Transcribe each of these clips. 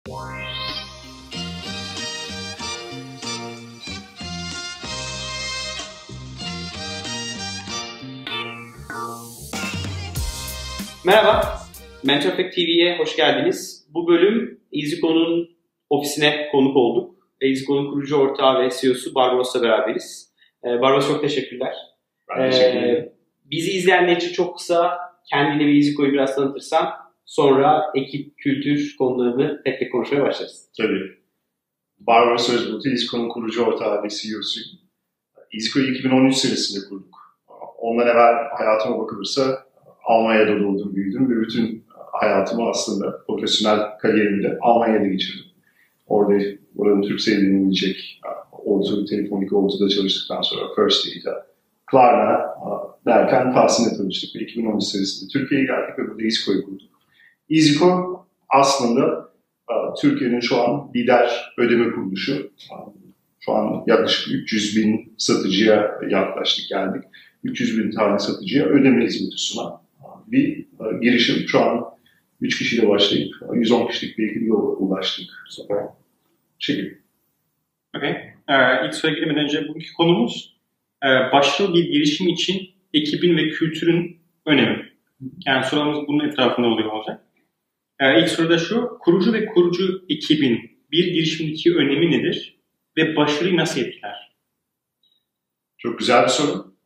Merhaba, MentorTech TV'ye hoş geldiniz. Bu bölüm EasyCo'nun ofisine konuk olduk. EasyCo'nun kurucu ortağı ve CEO'su Barbaros'la beraberiz. Barbaros, çok teşekkürler. Ben teşekkür ederim. Bizi izleyenler için çok kısa kendini ve EasyCo'yu biraz tanıtırsan, sonra ekip, kültür konularını tek tek konuşmaya başlarız. Tabii. Barbaros Özbulut, EasyCo'nun kurucu ortağı ve CEO'suyum. EasyCo'yu 2013 senesinde kurduk. Ondan evvel hayatıma bakılırsa Almanya'da doğdum, büyüdüm ve bütün hayatımı aslında profesyonel kariyerimde Almanya'da geçirdim. Orada oranın Türkcell denilecek Ordu, Telefonik Ordu'da çalıştıktan sonra First Data, Klarna derken Tahsin'le tanıştık ve 2013 senesinde Türkiye'ye geldik ve burada EasyCo'yu kurduk. EasyCo aslında Türkiye'nin şu an lider ödeme kuruluşu. Şu an yaklaşık 300 bin satıcıya yaklaştık, geldik. 300 bin tane satıcıya ödeme hizmeti sunan bir girişim. Şu an 3 kişiyle başlayıp 110 kişilik bir ekibe ulaştık. Süper. Şekil. Okay. İlk soruya girmeden önce bugünkü konumuz başarılı bir girişim için ekibin ve kültürün önemi. Yani sorumuz bunun etrafında oluyor olacak. İlk soruda şu, kurucu ve kurucu ekibin bir girişimdeki önemi nedir ve başarıyı nasıl etkiler? Çok güzel bir soru.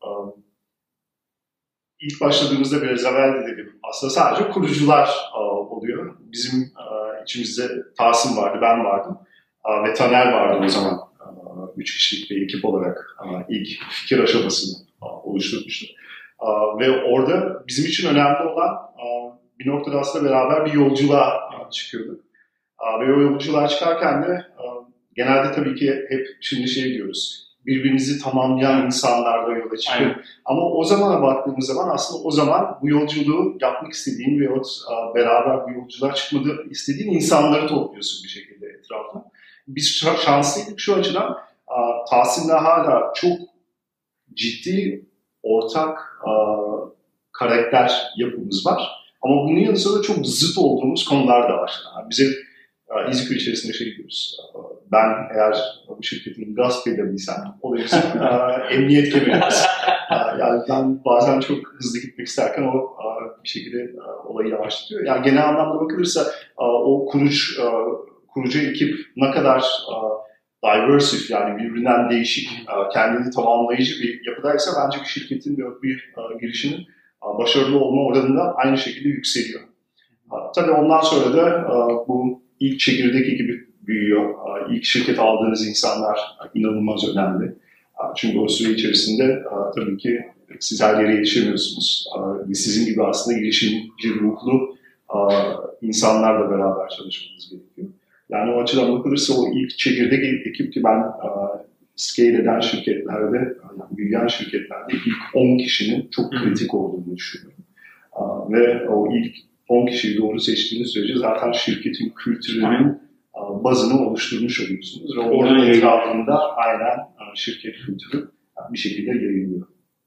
İlk başladığımızda biraz evvel de dedim. Aslında sadece kurucular oluyor. Bizim içimizde Tahsin vardı, ben vardım ve Taner vardı o zaman. 3 kişilik bir ekip olarak ilk fikir aşamasını oluşturmuştuk. Ve orada bizim için önemli olan bir noktada aslında beraber bir yolculuğa çıkıyorduk. Ve o yolculuğa çıkarken de genelde tabii ki hep şimdi şey diyoruz. Birbirimizi tamamlayan insanlardan yola çıkıyor. Ama o zamana baktığımız zaman aslında o zaman bu yolculuğu yapmak istediğin ve beraber bu yolculuğa çıkmadı istediğin insanları topluyorsun bir şekilde etrafına. Biz şanslıydık şu açıdan. Tahsin'le hala çok ciddi ortak karakter yapımız var. Ama bunun yanı sıra çok zıt olduğumuz konular da var. Bize EasyCo içerisinde şey diyoruz. Ben eğer bu şirketin gaz pedalıysan, o da bizim emniyet kemerimiz. Yani ben bazen çok hızlı gitmek isterken o bir şekilde olayı yavaşlatıyor. Yani genel anlamda bakılırsa o kurucu ekip ne kadar diversive, yani birbirinden değişik, kendini tamamlayıcı bir yapıdaysa bence bir şirketin ve bir girişimin başarılı olma oranında aynı şekilde yükseliyor. Tabii ondan sonra da bu ilk çekirdek ekibi büyüyor. İlk şirket aldığınız insanlar inanılmaz önemli. Çünkü o süre içerisinde tabii ki siz her yere yetişemiyorsunuz. Sizin gibi aslında girişimci ruhlu insanlarla beraber çalışmanız gerekiyor. Yani o açıdan bakılırsa o ilk çekirdek ekip ki ben scale eden şirketlerde, yani büyüyen şirketlerde ilk 10 kişinin çok kritik olduğunu düşünüyorum. Ve o ilk 10 kişiyi doğru seçtiğiniz sürece zaten şirketin kültürünün bazını oluşturmuş oluyorsunuz. Ve onun etrafında aynen şirket kültürü bir şekilde yayılıyor.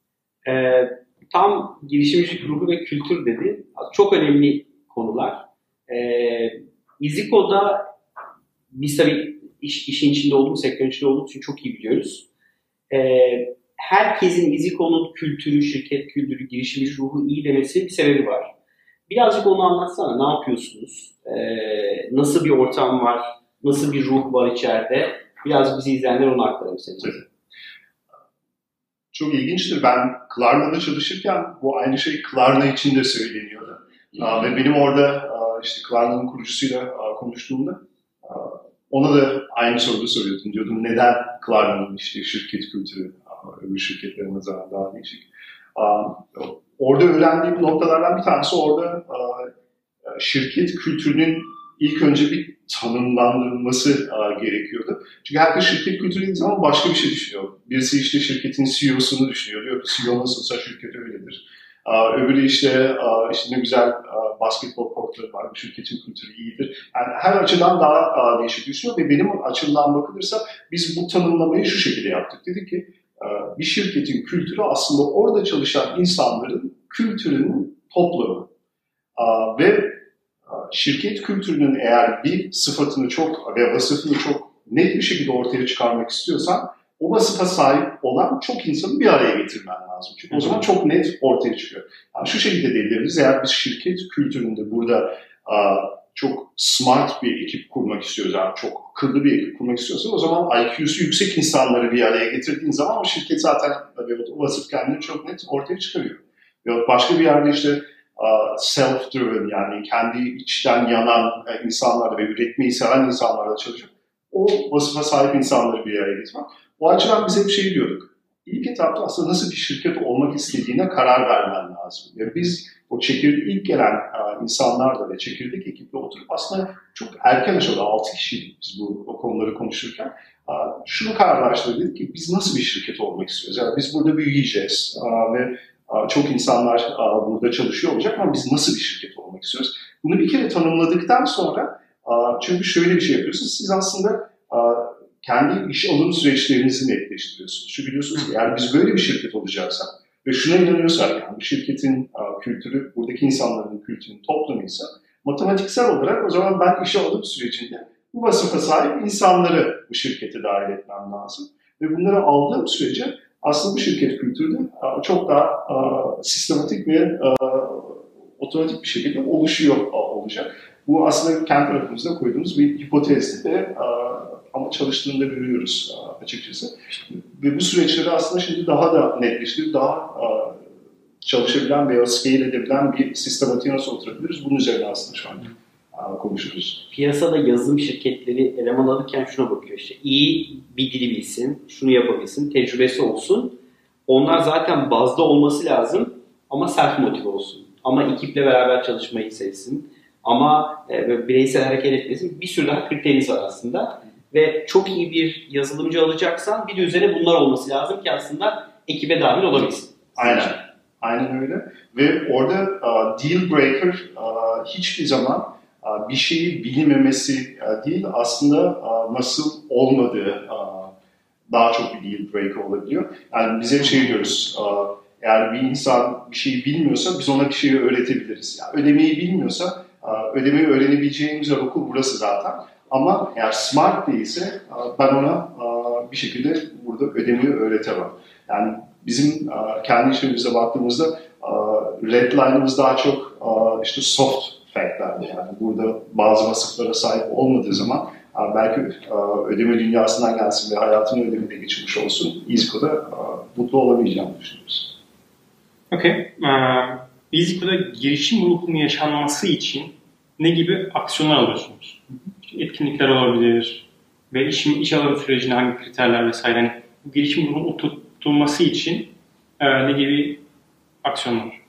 Tam girişimcilik ruhu ve kültür dedi. Çok önemli konular. EasyCo'da biz tabii işin içinde olduğumuz, sektörün içinde olduğumuz için çok iyi biliyoruz. Herkesin EasyCo'nun kültürü, şirket kültürü, girişimci ruhu iyi demesi bir sebebi var. Birazcık onu anlatsana. Ne yapıyorsunuz? Nasıl bir ortam var? Nasıl bir ruh var içeride? Biraz bizi izleyenler onu aktaralım size. Çok ilginçtir. Ben Klarna'da çalışırken bu aynı şey Klarna için de söyleniyordu. Ve benim orada işte Klarna'nın kurucusuyla konuştuğumda ona da aynı soruyu soruyordum. Diyordum neden Klarna'nın işte şirket kültürü öbür şirketlerine nazaran daha değişik. Orada öğrendiğim noktalardan bir tanesi orada şirket kültürünün ilk önce bir tanımlandırılması gerekiyordu. Çünkü herkes şirket kültürü dediği zaman başka bir şey düşünüyor. Birisi işte şirketin CEO'sunu düşünüyor. Diyor ki CEO nasılsa şirket öyledir. Öbürü işte ne güzel basketbol kortları var, şirketin kültürü iyidir. Yani her açıdan daha değişik düşünüyor ve benim açımdan bakılırsa biz bu tanımlamayı şu şekilde yaptık. Dedik ki bir şirketin kültürü aslında orada çalışan insanların kültürünün toplamı. Ve şirket kültürünün eğer bir sıfatını çok ve vasıfını çok net bir şekilde ortaya çıkarmak istiyorsan o vasıfa sahip olan çok insanı bir araya getirmen lazım. Çünkü o zaman çok net ortaya çıkıyor. Yani şu şekilde diyebiliriz, eğer biz şirket kültüründe burada çok smart bir ekip kurmak istiyoruz, yani çok akıllı bir ekip kurmak istiyorsan o zaman IQ'su yüksek insanları bir araya getirdiğin zaman o şirket zaten o vasıf kendini çok net ortaya çıkarıyor. Ve başka bir yerde işte self-driven, yani kendi içten yanan insanlarla ve üretmeyi seven insanlarla çalışıp o vasıfa sahip insanları bir araya getirmek. O açıdan biz hep şey diyorduk. İlk etapta aslında nasıl bir şirket olmak istediğine karar vermen lazım. Yani biz o ilk gelen insanlarla ve çekirdek ekiple oturup aslında çok erken aşamada 6 kişiydik biz o konuları konuşurken. Şunu kararlaştırdık, dedik ki biz nasıl bir şirket olmak istiyoruz? Yani biz burada büyüyeceğiz ve çok insanlar burada çalışıyor olacak ama biz nasıl bir şirket olmak istiyoruz? Bunu bir kere tanımladıktan sonra çünkü şöyle bir şey yapıyorsunuz. Siz aslında kendi iş alım süreçlerinizi netleştiriyorsunuz. Çünkü biliyorsunuz ki eğer biz böyle bir şirket olacaksak ve şuna inanıyorsak, yani bu şirketin kültürü, buradaki insanların kültürünün toplamıysa matematiksel olarak o zaman ben işe alım sürecinde bu vasıfa sahip insanları bu şirkete dahil etmem lazım. Ve bunları aldığım sürece aslında bu şirket kültürü çok daha sistematik ve otomatik bir şekilde oluşuyor olacak. Bu aslında kendi tarafımızda koyduğumuz bir hipotezdi ve ama çalıştığını da görüyoruz açıkçası. Ve bu süreçleri aslında şimdi daha da netleştirip daha çalışabilen veya scale edebilen bir sistematiğe nasıl oturabiliriz? Bunun üzerine aslında şu an konuşuyoruz. Piyasada yazılım şirketleri eleman alırken şuna bakıyor işte. İyi bir dili bilsin, şunu yapabilsin, tecrübesi olsun. Onlar zaten bazda olması lazım ama self motive olsun. Ama ekiple beraber çalışmayı sevsin. Ama bireysel hareket etmesin. Bir sürü daha kriteriniz var aslında. Ve çok iyi bir yazılımcı alacaksan bir de üzerine bunlar olması lazım ki aslında ekibe dahil olabilsin. Aynen. Aynen öyle. Ve orada deal breaker hiçbir zaman bir şeyi bilmemesi değil, aslında nasıl olmadığı daha çok bir deal breaker olabiliyor. Yani biz hep şey diyoruz, eğer bir insan bir şeyi bilmiyorsa biz ona bir şeyi öğretebiliriz. Yani ödemeyi bilmiyorsa ödemeyi öğrenebileceğimiz okul burası zaten. Ama eğer smart değilse ben ona bir şekilde burada ödemeyi öğretemem. Yani bizim kendi işimize baktığımızda red line'ımız daha çok işte soft fact'ler. Yani burada bazı vasıflara sahip olmadığı zaman belki ödeme dünyasından gelsin ve hayatını ödemede geçirmiş olsun. EasyCode'da mutlu olamayacağını düşünüyoruz. Okay. EasyCode'da girişim ruhunun yaşanması için ne gibi aksiyonlar alıyorsunuz? Etkinlikler olabilir ve iş alım sürecinde hangi kriterler vesaire. Yani bu girişim ruhunun oturtulması için ne gibi aksiyonlar?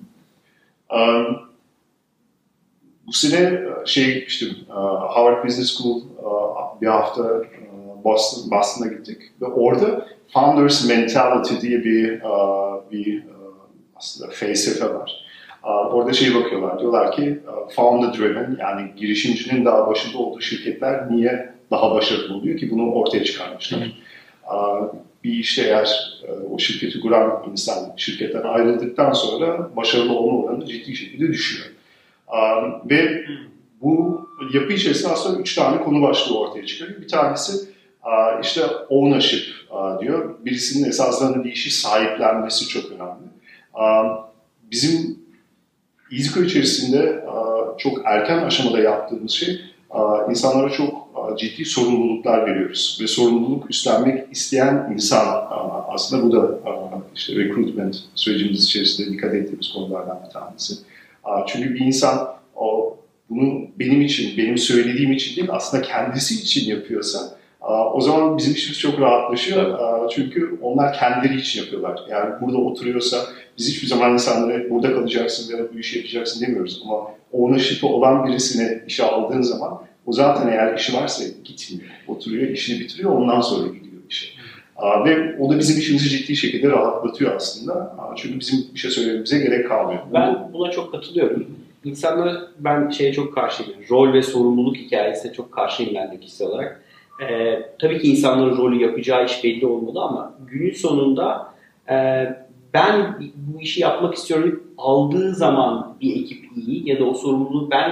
Bu sene gitmiştim, Harvard Business School bir hafta Boston'a gittik ve orada Founders Mentality diye bir aslında felsefe var. Orada bakıyorlar, diyorlar ki founder driven, yani girişimcinin daha başında olduğu şirketler niye daha başarılı oluyor ki bunu ortaya çıkarmışlar. Bir işte eğer o şirketi kuran insan şirketten ayrıldıktan sonra başarılı olma oranı ciddi şekilde düşüyor. Ve bu yapı içerisinde aslında 3 tane konu başlığı ortaya çıkıyor. Bir tanesi işte ownership diyor. Birisinin esaslarında bir işi sahiplenmesi çok önemli. Bizim EasyCode içerisinde çok erken aşamada yaptığımız şey, insanlara çok ciddi sorumluluklar veriyoruz. Ve sorumluluk üstlenmek isteyen insan aslında bu da işte recruitment sürecimiz içerisinde dikkat ettiğimiz konulardan bir tanesi. Çünkü bir insan bunu benim için, benim söylediğim için değil, aslında kendisi için yapıyorsa o zaman bizim işimiz çok rahatlaşıyor. Çünkü onlar kendileri için yapıyorlar. Yani burada oturuyorsa biz hiçbir zaman insanlara burada kalacaksın veya bu işi yapacaksın demiyoruz. Ama ownership'i olan birisine işe aldığın zaman o zaten eğer işi varsa gitmiyor. Oturuyor, işini bitiriyor, ondan sonra gidiyor işe. Ve o da bizim işimizi ciddi şekilde rahatlatıyor aslında. Çünkü bizim bir şey söylememize gerek kalmıyor. Ben buna çok katılıyorum. İnsanlar, ben çok karşıyım. Rol ve sorumluluk hikayesine çok karşıyım ben de kişisel olarak. Tabii ki insanların rolü yapacağı iş belli olmalı ama günün sonunda ben bu işi yapmak istiyorum aldığı zaman bir ekip iyi ya da o sorumluluğu ben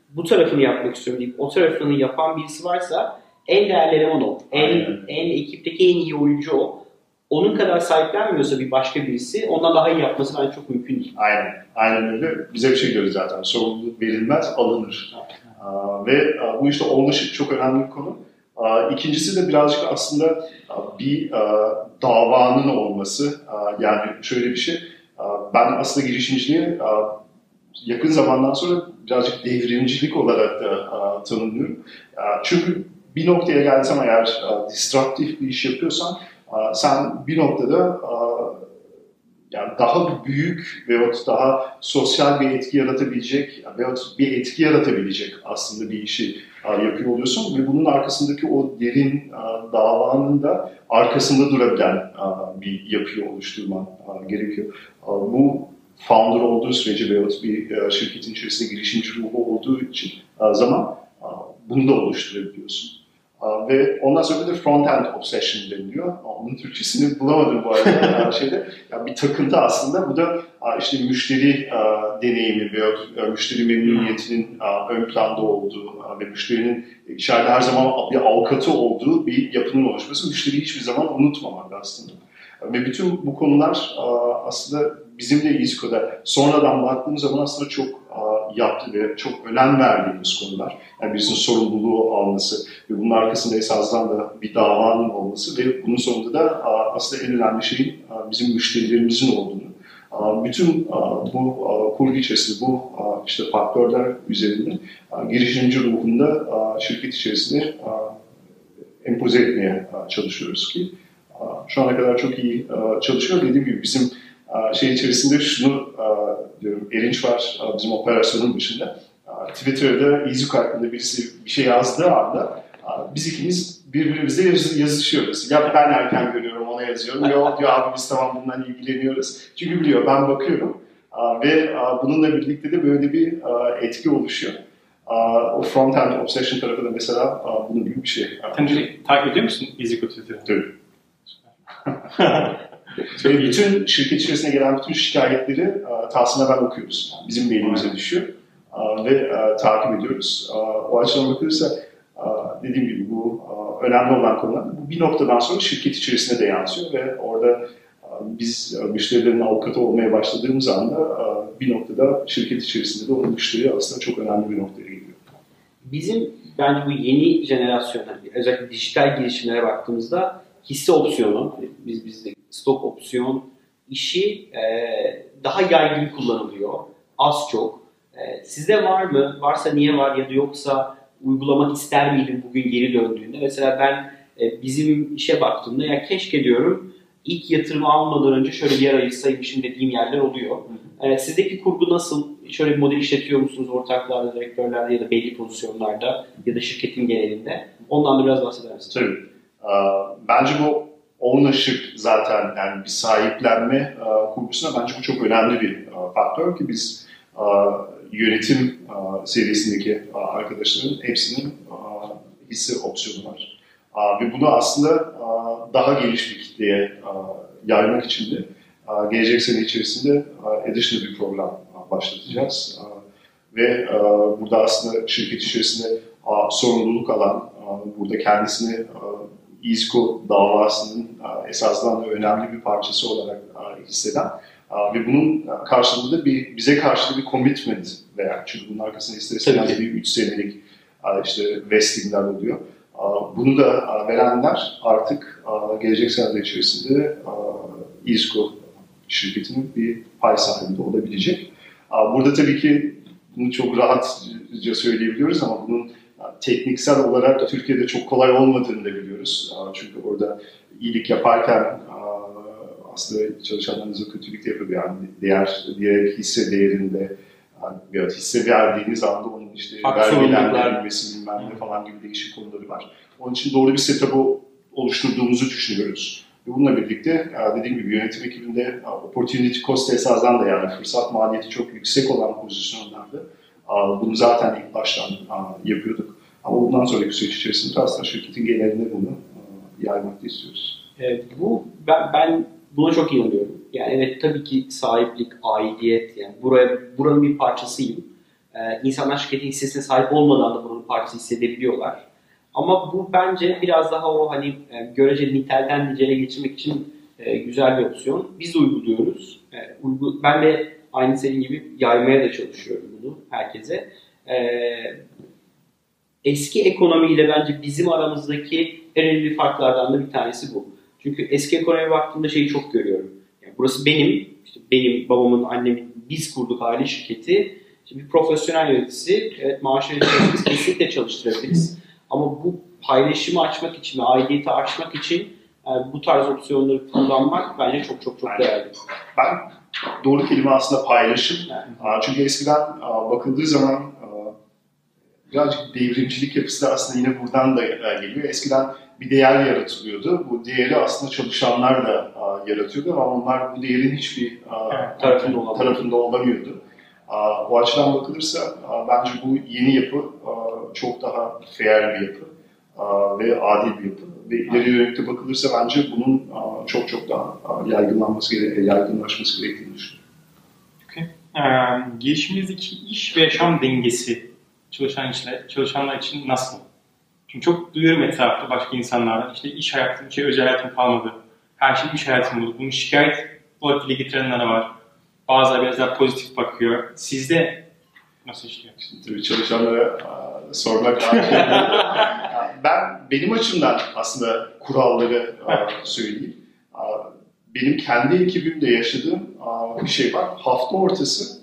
bu tarafını yapmak istiyorum deyip o tarafını yapan birisi varsa en değerli eleman o. En ekipteki en iyi oyuncu o. Onun kadar sahiplenmiyorsa bir başka birisi ondan daha iyi yapması bence çok mümkün değil. Aynen öyle. Bize bir şey diyoruz zaten. Sorumluluk verilmez, alınır. Ve bu işte ownership çok önemli bir konu. İkincisi de birazcık aslında bir davanın olması. Yani şöyle bir şey. Ben aslında girişimciliği yakın zamandan sonra birazcık devrimcilik olarak da tanımlıyorum. Çünkü bir noktaya gelsen eğer disruptif bir iş yapıyorsan sen bir noktada yani daha büyük veyahut daha sosyal bir etki yaratabilecek veyahut bir etki yaratabilecek aslında bir işi yapıyor oluyorsun ve bunun arkasındaki o derin davanın da arkasında durabilen bir yapıyı oluşturman gerekiyor. Bu founder olduğu sürece veyahut bir şirketin içerisinde girişimci ruhu olduğu için zaman bunu da oluşturabiliyorsun. Ve ondan sonra da front-end obsession deniliyor. Onun Türkçesini bulamadım bu arada şeyde. Yani bir takıntı aslında. Bu da işte müşteri deneyimi veya müşteri memnuniyetinin ön planda olduğu ve müşterinin içeride her zaman bir avukatı olduğu bir yapının oluşması. Müşteriyi hiçbir zaman unutmamak aslında. Ve bütün bu konular aslında bizim de EasyCode'a sonradan baktığımız zaman aslında çok yaptı ve çok önem verdiğimiz konular. Yani birisinin sorumluluğu alması ve bunun arkasında esasdan da bir davanın olması ve bunun sonunda da aslında en önemli şeyin bizim müşterilerimizin olduğunu. Bütün bu kurgu içerisinde bu işte faktörler üzerinde girişimci ruhunda şirket içerisinde empoze etmeye çalışıyoruz ki şu ana kadar çok iyi çalışıyor. Dediğim gibi bizim şey içerisinde şunu diyorum, Erinç var bizim operasyonun dışında. Twitter'da EasyCode hakkında birisi bir şey yazdığı anda biz ikimiz birbirimizle yazışıyoruz. Ya ben erken görüyorum, ona yazıyorum. Ya diyor abi biz tamam bundan ilgileniyoruz. Çünkü biliyor ben bakıyorum ve bununla birlikte de böyle bir etki oluşuyor. O front-end obsession tarafı da mesela bunun gibi bir şey. Takip ediyor musun EasyCode Twitter'ı? Tabii. Ve bütün şirket içerisine gelen bütün şikayetleri tahsinen okuyoruz. Bizim mailimize düşüyor ve takip ediyoruz. O açıdan bakılırsa dediğim gibi bu önemli olan konular. Bu bir noktadan sonra şirket içerisine de yansıyor ve orada biz müşterilerin avukatı olmaya başladığımız anda bir noktada şirket içerisinde de o müşteri aslında çok önemli bir noktaya geliyor. Bizim bence bu yeni jenerasyona, özellikle dijital girişimlere baktığımızda hisse opsiyonu, bizde stok opsiyon işi daha yaygın kullanılıyor. Az çok. Sizde var mı? Varsa niye var ya da yoksa uygulamak ister miydin bugün geri döndüğünde? Mesela ben bizim işe baktığımda ya keşke diyorum ilk yatırımı almadan önce şöyle bir yer ayırsaymışım dediğim yerler oluyor. Sizdeki kurgu nasıl? Şöyle bir model işletiyor musunuz ortaklarda, direktörlerde ya da belli pozisyonlarda ya da şirketin genelinde? Ondan da biraz bahseder misiniz? Tabii. Bence bu ownership zaten yani bir sahiplenme kurgusuna bence bu çok önemli bir faktör ki biz yönetim seviyesindeki arkadaşların hepsinin hisse opsiyonu var. Ve bunu aslında daha geniş bir kitleye yaymak için de gelecek sene içerisinde additional bir program başlatacağız. Ve burada aslında şirket içerisinde sorumluluk alan, burada kendisini EasyCode davasının esasdan da önemli bir parçası olarak hisseden ve bunun karşılığında da bize karşı bir commitment veya çünkü bunun arkasında isterseniz bir 3 senelik işte vestingler oluyor. Bunu da verenler artık gelecek seneler içerisinde EasyCode şirketinin bir pay sahibi olabilecek. Burada tabii ki bunu çok rahatça söyleyebiliyoruz ama bunun tekniksel olarak Türkiye'de çok kolay olmadığını da biliyoruz. Çünkü orada iyilik yaparken aslında çalışanlarınıza kötülük de yapıyor. Yani diğer hisse değerinde yani hisse verdiğiniz anda onun işte vergilendirilmesi bilmem ne falan gibi değişik konuları var. Onun için doğru bir setup'ı oluşturduğumuzu düşünüyoruz. Ve bununla birlikte dediğim gibi yönetim ekibinde opportunity cost esasdan da yani fırsat maliyeti çok yüksek olan pozisyonlarda bunu zaten ilk baştan yapıyorduk. Ama bundan sonraki süreç içerisinde aslında şirketin genelinde bunu yaymak istiyoruz. Ben buna çok inanıyorum. Yani evet tabii ki sahiplik, aidiyet yani buranın bir parçasıyım. İnsanlar şirketin hissesine sahip olmadan da bunun parçası hissedebiliyorlar. Ama bu bence biraz daha o hani görece nitelden nicele geçirmek için güzel bir opsiyon. Biz de uyguluyoruz. Ben de aynı senin gibi yaymaya da çalışıyorum bunu herkese. Eski ekonomiyle bence bizim aramızdaki en önemli farklardan da bir tanesi bu. Çünkü eski ekonomiye baktığımda şeyi çok görüyorum. Yani burası benim, babamın, annemin, biz kurduk aile şirketi. İşte bir profesyonel yöneticisi, evet maaş vereceğiz, kesinlikle çalıştırabiliriz. Ama bu paylaşımı açmak için ve aidiyeti açmak için bu tarz opsiyonları kullanmak bence çok çok çok değerli. Ben doğru kelime aslında paylaşım. Yani. Çünkü eskiden bakıldığı zaman birazcık devrimcilik yapısı da aslında yine buradan da geliyor. Eskiden bir değer yaratılıyordu. Bu değeri aslında çalışanlar da yaratıyordu ama onlar bu değerin hiçbir tarafında olamıyordu. O açıdan bakılırsa bence bu yeni yapı çok daha fair bir yapı ve adil bir yapı. Ve ileri yönelikte bakılırsa bence bunun çok çok daha yaygınlaşması gerektiğini düşünüyorum. Okay. Girişiminizdeki iş ve yaşam dengesi çalışanlar için nasıl? Çünkü çok duyuyorum etrafta başka insanlardan işte iş hayatım, özel hayatım kalmadı. Her şey iş hayatım oldu. Bunu şikayet olarak dile getirenler var. Bazıları biraz daha pozitif bakıyor. Sizde nasıl işliyor? Tabii çalışanlara sormak benim açımdan aslında kuralları söyleyeyim. Benim kendi ekibimde yaşadığım bir şey var. Hafta ortası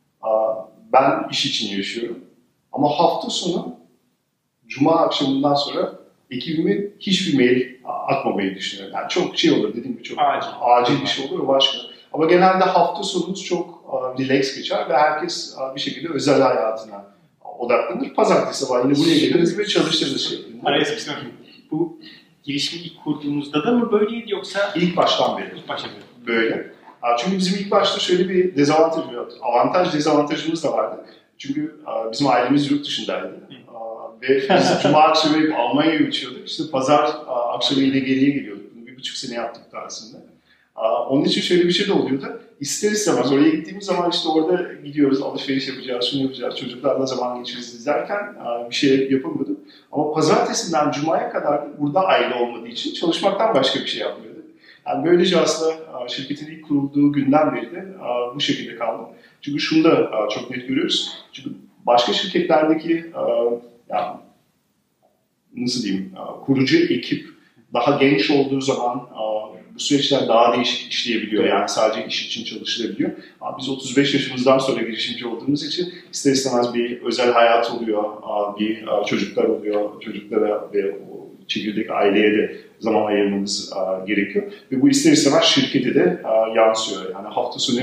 ben iş için yaşıyorum. Ama hafta sonu Cuma akşamından sonra ekibime hiçbir mail atmamayı düşünüyorum. Yani çok şey olur dediğim gibi çok acil bir şey olur başka. Ama genelde hafta sonumuz çok relax geçer ve herkes bir şekilde özel hayatına odaklanır. Pazartesi sabahı yine buraya geliriz ve çalışırız şeklinde. Araya sıkıştırmak. Bu girişimi ilk kurduğunuzda da mı böyleydi yoksa? İlk baştan beri. İlk baştan beri. Böyle. Çünkü bizim ilk başta şöyle bir avantaj dezavantajımız da vardı. Çünkü bizim ailemiz yurt dışındaydı. Ve biz Cuma akşamı Almanya'ya uçuyorduk. İşte pazar akşamı yine geriye geliyorduk. Bunu 1,5 sene yaptık daha aslında. Onun için şöyle bir şey de oluyordu. İster istemez oraya gittiğimiz zaman işte orada gidiyoruz, alışveriş yapacağız, şunu yapacağız, çocuklarla zaman geçiririz derken bir şey yapamıyorduk. Ama pazartesinden Cuma'ya kadar burada aile olmadığı için çalışmaktan başka bir şey yapmıyorduk. Yani böylece aslında şirketin ilk kurulduğu günden beri de bu şekilde kaldı. Çünkü şunu da çok net görüyoruz. Çünkü başka şirketlerdeki yani nasıl diyeyim, kurucu ekip daha genç olduğu zaman bu süreçler daha değişik işleyebiliyor. Yani sadece iş için çalışılabiliyor. Biz 35 yaşımızdan sonra girişimci olduğumuz için ister istemez bir özel hayat oluyor, bir çocuklar oluyor. Çocuklara ve o çekirdek aileye de zaman ayırmamız gerekiyor. Ve bu ister istemez şirkete de yansıyor. Yani hafta sonu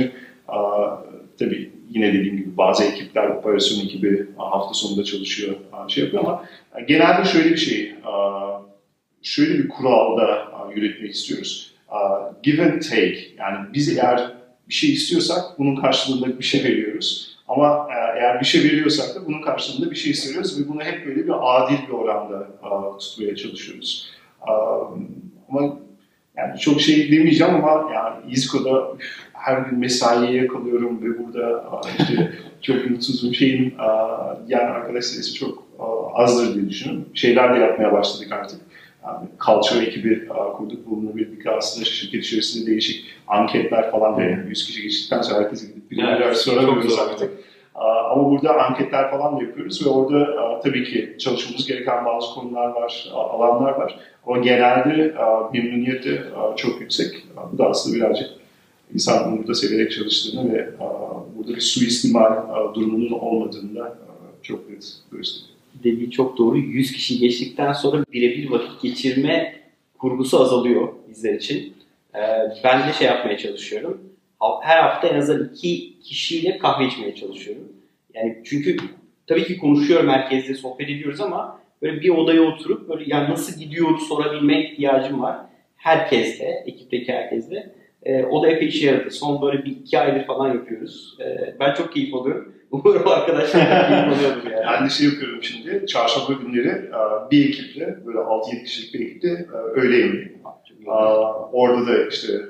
tabii yine dediğim gibi bazı ekipler, operasyon ekibi hafta sonunda çalışıyor, şey yapıyor ama genelde şöyle bir şey, şöyle bir kuralda yürütmek istiyoruz. Give and take. Yani biz eğer bir şey istiyorsak bunun karşılığında bir şey veriyoruz. Ama eğer bir şey veriyorsak da bunun karşılığında bir şey istiyoruz ve bunu hep böyle bir adil bir oranda tutmaya çalışıyoruz. Ama yani çok şey demeyeceğim ama yani İZKO'da her gün mesaiye yakalıyorum ve burada işte çok mutsuzum yani arkadaş sayısı çok azdır diye düşünüyorum. Şeyler de yapmaya başladık artık. Yani culture ekibi kurduk. Bununla birlikte aslında şirket içerisinde değişik anketler falan ve 100 kişi geçtikten sonra herkese gidip bir soramıyoruz artık. Ama burada anketler falan da yapıyoruz ve orada tabii ki çalışmamız gereken bazı konular var, alanlar var. Ama genelde memnuniyet de çok yüksek. Bu da aslında birazcık insanın burada severek çalıştığını ve burada bir suistimal durumunun olmadığını da çok net gösteriyor. Dediği çok doğru. 100 kişi geçtikten sonra birebir vakit geçirme kurgusu azalıyor bizler için. Ben de şey yapmaya çalışıyorum. Her hafta en azından 2 kişiyle kahve içmeye çalışıyorum. Yani çünkü tabii ki konuşuyorum, herkesle sohbet ediyoruz ama böyle bir odaya oturup böyle yani nasıl gidiyor sorabilme ihtiyacım var. Herkesle, ekipteki herkesle. O da epey işe yaradı. Son böyle 2 aydır falan yapıyoruz. Ben çok keyif alıyorum. Umarım arkadaşlar da keyif alıyordur yani. Ben de şey yapıyorum şimdi. Çarşamba günleri bir ekiple, böyle 6-7 kişilik bir ekiple öğle yemeği. Orada da işte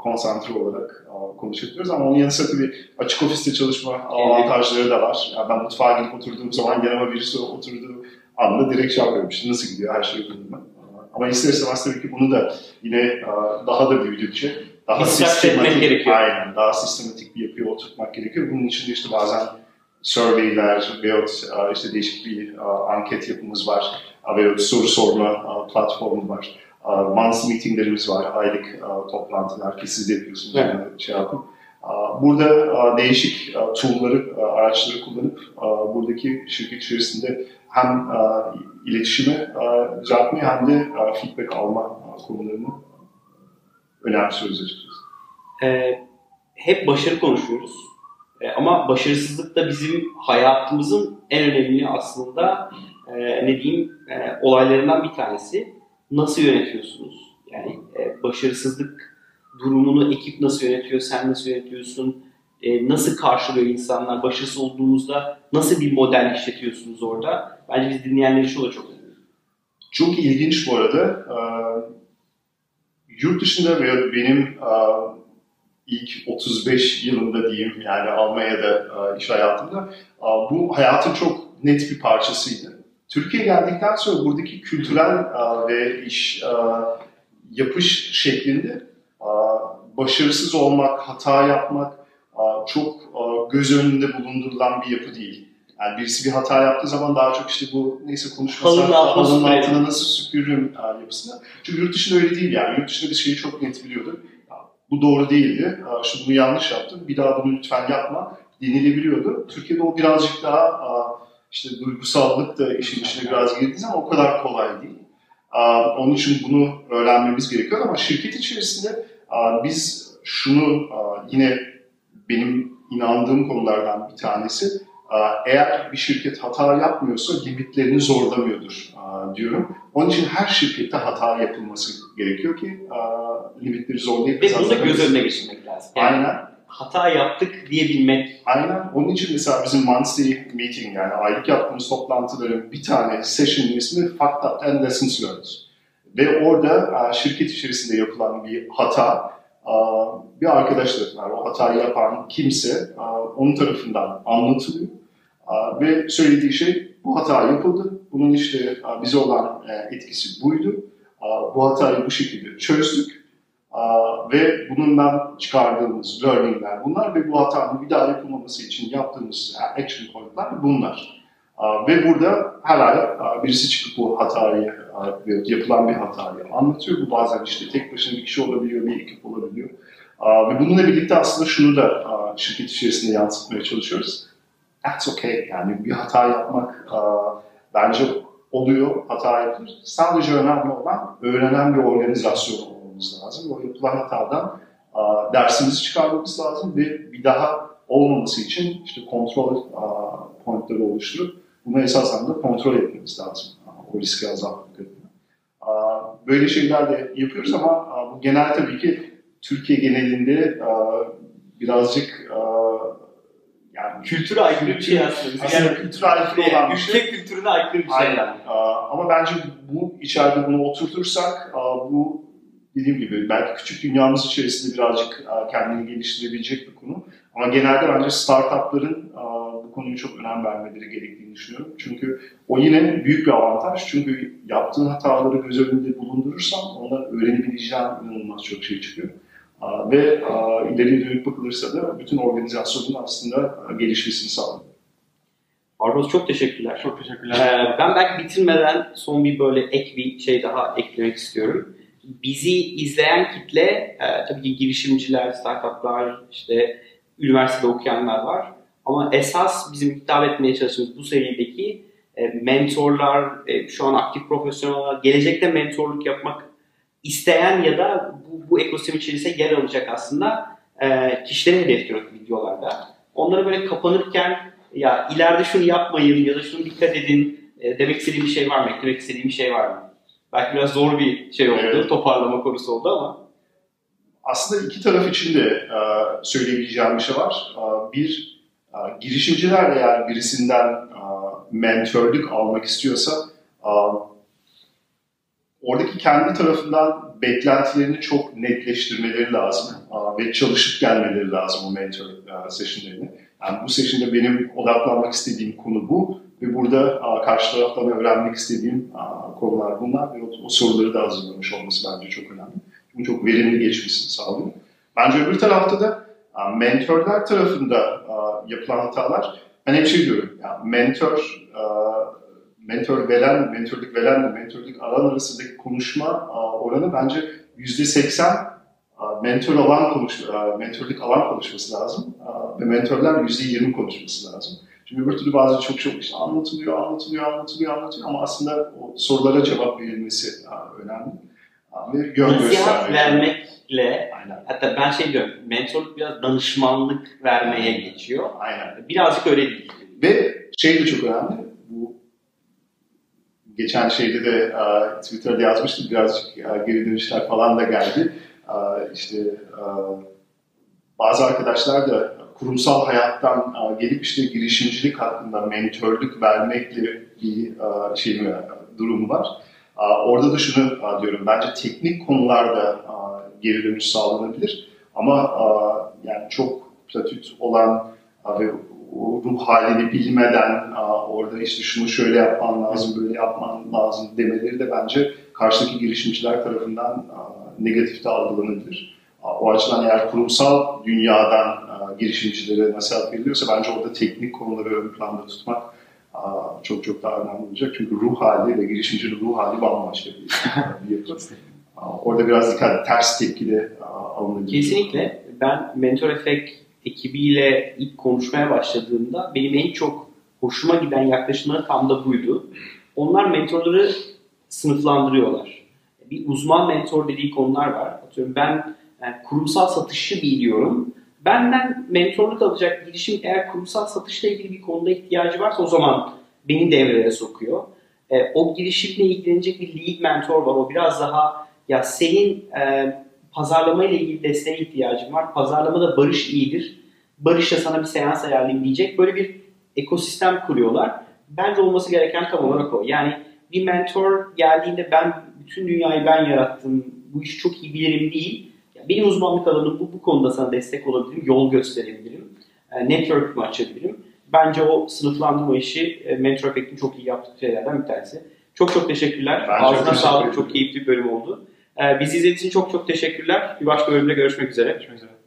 konsantre olarak konuşabiliyoruz. Ama onun yanı sıra tabii açık ofiste çalışma avantajları da var. Yani ben mutfağa gidip oturduğum zaman yanıma birisi oturduğu anda direkt şey yapıyorum. İşte nasıl gidiyor, her şey yolunda. Ama ister istemez tabii ki bunu da yine daha da büyüdükçe daha sistematik, aynen, daha sistematik bir yapıya oturtmak gerekiyor. Bunun için de işte bazen surveyler veyahut işte değişik bir anket yapımız var veyahut soru sorma platformu var. Monthly meetinglerimiz var, aylık toplantılar ki siz de yapıyorsunuz. Evet. Şey yapın. Burada değişik tool'ları, araçları kullanıp buradaki şirket içerisinde hem iletişimi düzeltmeyi hem de feedback alma konularını önemsiyoruz açıkçası. Hep başarı konuşuyoruz. Ama başarısızlık da bizim hayatımızın en önemli aslında olaylarından bir tanesi. Nasıl yönetiyorsunuz? Yani başarısızlık durumunu ekip nasıl yönetiyor, sen nasıl yönetiyorsun? Nasıl karşılıyor insanlar? Başarısız olduğunuzda nasıl bir model işletiyorsunuz orada? Bence biz dinleyenler için o da çok önemli. Çok ilginç bu arada. Yurt dışında ve benim ilk 35 yılında diyeyim, yani Almanya'da iş hayatımda bu hayatın çok net bir parçasıydı. Türkiye'ye geldikten sonra buradaki kültürel ve iş yapış şeklinde başarısız olmak, hata yapmak çok göz önünde bulundurulan bir yapı değil. Yani birisi bir hata yaptığı zaman daha çok işte bu neyse konuşmasak halının altına nasıl süpürürüm yapısına. Çünkü yurt dışında öyle değil yani. Yurt dışında bir şeyi çok net biliyorduk. Bu doğru değildi. Şu bunu yanlış yaptım. Bir daha bunu lütfen yapma denilebiliyordu. Türkiye'de o birazcık daha işte duygusallık da işin içine biraz girdiği zaman o kadar kolay değil. Onun için bunu öğrenmemiz gerekiyor ama şirket içerisinde biz şunu yine benim inandığım konulardan bir tanesi, eğer bir şirket hata yapmıyorsa limitlerini zorlamıyordur diyorum. Onun için her şirkette hata yapılması gerekiyor ki limitleri zorlayıp... Ve bunu da göz önüne geçirmek lazım. Yani aynen. Hata yaptık diyebilmek. Aynen. Onun için mesela bizim monthly meeting, yani aylık yaptığımız toplantıların bir tane session'ın ismi Fucked Up and Lessons Learned. Ve orada şirket içerisinde yapılan bir hata, bir arkadaş tarafından, o hatayı yapan kimse onun tarafından anlatılıyor. Ve söylediği şey, bu hata yapıldı. Bunun işte bize olan etkisi buydu. Bu hatayı bu şekilde çözdük. Ve bundan çıkardığımız learningler bunlar ve bu hatanın bir daha yapılmaması için yaptığımız action point'lar bunlar. Ve burada her ay birisi çıkıp bu hatayı, yapılan bir hatayı anlatıyor. Bu bazen işte tek başına bir kişi olabiliyor, bir ekip olabiliyor. Ve bununla birlikte aslında şunu da şirket içerisinde yansıtmaya çalışıyoruz. That's okay. Yani bir hata yapmak bence oluyor, hata yapılır. Sadece önemli olan öğrenen bir organizasyon olmamız lazım. O yapılan hatadan dersimizi çıkarmamız lazım ve bir daha olmaması için işte kontrol pointleri oluşturup bunu esasen de kontrol etmemiz lazım. O riski azaltmak adına. Böyle şeyler de yapıyoruz ama bu genel tabii ki Türkiye genelinde birazcık yani kültüre aykırı bir şey aslında. Aslında kültüre aykırı olan bir şey. Ülke kültürüne aykırı bir şey. Aynen. Ama bence bu içeride bunu oturtursak bu dediğim gibi belki küçük dünyamız içerisinde birazcık kendini geliştirebilecek bir konu. Ama genelde bence startupların bu konuyu çok önem vermeleri gerektiğini düşünüyorum. Çünkü o yine büyük bir avantaj. Çünkü yaptığın hataları göz önünde bulundurursan ondan öğrenebileceğin inanılmaz çok şey çıkıyor. Ve ileriye dönük bakılırsa da bütün organizasyonun aslında gelişmesini sağlıyor. Barbaros çok teşekkürler. Çok teşekkürler. Ben belki bitirmeden son bir böyle ek bir şey daha eklemek istiyorum. Bizi izleyen kitle tabii ki girişimciler, startuplar, işte üniversitede okuyanlar var. Ama esas bizim hitap etmeye çalıştığımız bu serideki mentorlar, şu an aktif profesyoneller, gelecekte mentorluk yapmak isteyen ya da bu ekosistem içerisinde yer alacak aslında kişileri hedefliyoruz videolarda. Onlara böyle kapanırken ya ileride şunu yapmayın ya da şunu dikkat edin demek istediğim bir şey var mı? Eklemek istediğim bir şey var mı? Belki biraz zor bir şey oldu, evet. Toparlama konusu oldu ama. Aslında iki taraf için de söyleyebileceğim bir şey var. Bir, girişimciler eğer birisinden mentörlük almak istiyorsa oradaki kendi tarafından beklentilerini çok netleştirmeleri lazım ve çalışıp gelmeleri lazım o mentor session'lerine. Yani bu session'da benim odaklanmak istediğim konu bu ve burada karşı taraftan öğrenmek istediğim konular bunlar ve o soruları da hazırlamış olması bence çok önemli. Çünkü çok verimli geçmesini sağlıyor. Bence öbür tarafta da mentörler tarafında yapılan hatalar, ben hep şey diyorum, yani mentörlük verenle mentörlük alan arasındaki konuşma oranı bence %80 mentörlük alan konuşması lazım ve mentörler %20 konuşması lazım. Çünkü öbür türlü bazen çok işte anlatılıyor ama aslında o sorulara cevap verilmesi önemli. Ve yön nasihat vermekle, hatta ben şey diyorum, mentorluk biraz danışmanlık vermeye geçiyor. Aynen. Birazcık öyle değil. Ve şey de çok önemli, bu geçen şeyde de Twitter'da yazmıştım, birazcık geri dönüşler falan da geldi. İşte bazı arkadaşlar da kurumsal hayattan gelip işte girişimcilik hakkında mentörlük vermekle bir durum var. Orada da şunu diyorum, bence teknik konularda geri dönüş sağlanabilir ama yani çok platüt olan ve o ruh halini bilmeden orada işte şunu şöyle yapman lazım, böyle yapman lazım demeleri de bence karşıdaki girişimciler tarafından negatif de algılanabilir. O açıdan eğer kurumsal dünyadan girişimcilere nasihat veriliyorsa bence orada teknik konuları ön planda tutmak çok çok daha önemli olacak. Çünkü ruh hali ve girişimcinin ruh hali bambaşka bir yapı. Orada biraz dikkat, ters tepki de alınabilir. Kesinlikle. Ben Mentor Effect ekibiyle ilk konuşmaya başladığımda benim en çok hoşuma giden yaklaşımları tam da buydu. Onlar mentorları sınıflandırıyorlar. Bir uzman mentor dediği konular var. Atıyorum ben kurumsal satışı biliyorum. Benden mentorluk alacak girişim eğer kurumsal satışla ilgili bir konuda ihtiyacı varsa o zaman beni devreye sokuyor. O girişimle ilgilenecek bir lead mentor var. O biraz daha ya senin pazarlama ile ilgili desteğe ihtiyacın var. Pazarlamada Barış iyidir. Barış'la sana bir seans ayarlayayım diyecek. Böyle bir ekosistem kuruyorlar. Bence olması gereken tam olarak o. Yani bir mentor geldiğinde ben bütün dünyayı ben yarattım, bu işi çok iyi bilirim değil. Benim uzmanlık alanım bu konuda sana destek olabilirim, yol gösterebilirim, network'ümü açabilirim. Bence o sınıflandırma işi Mentor Effect'in çok iyi yaptığı şeylerden bir tanesi. Çok çok teşekkürler. Ağzına sağlık, çok keyifli bir bölüm oldu. Bizi izlediğiniz için çok çok teşekkürler. Bir başka bölümde görüşmek üzere.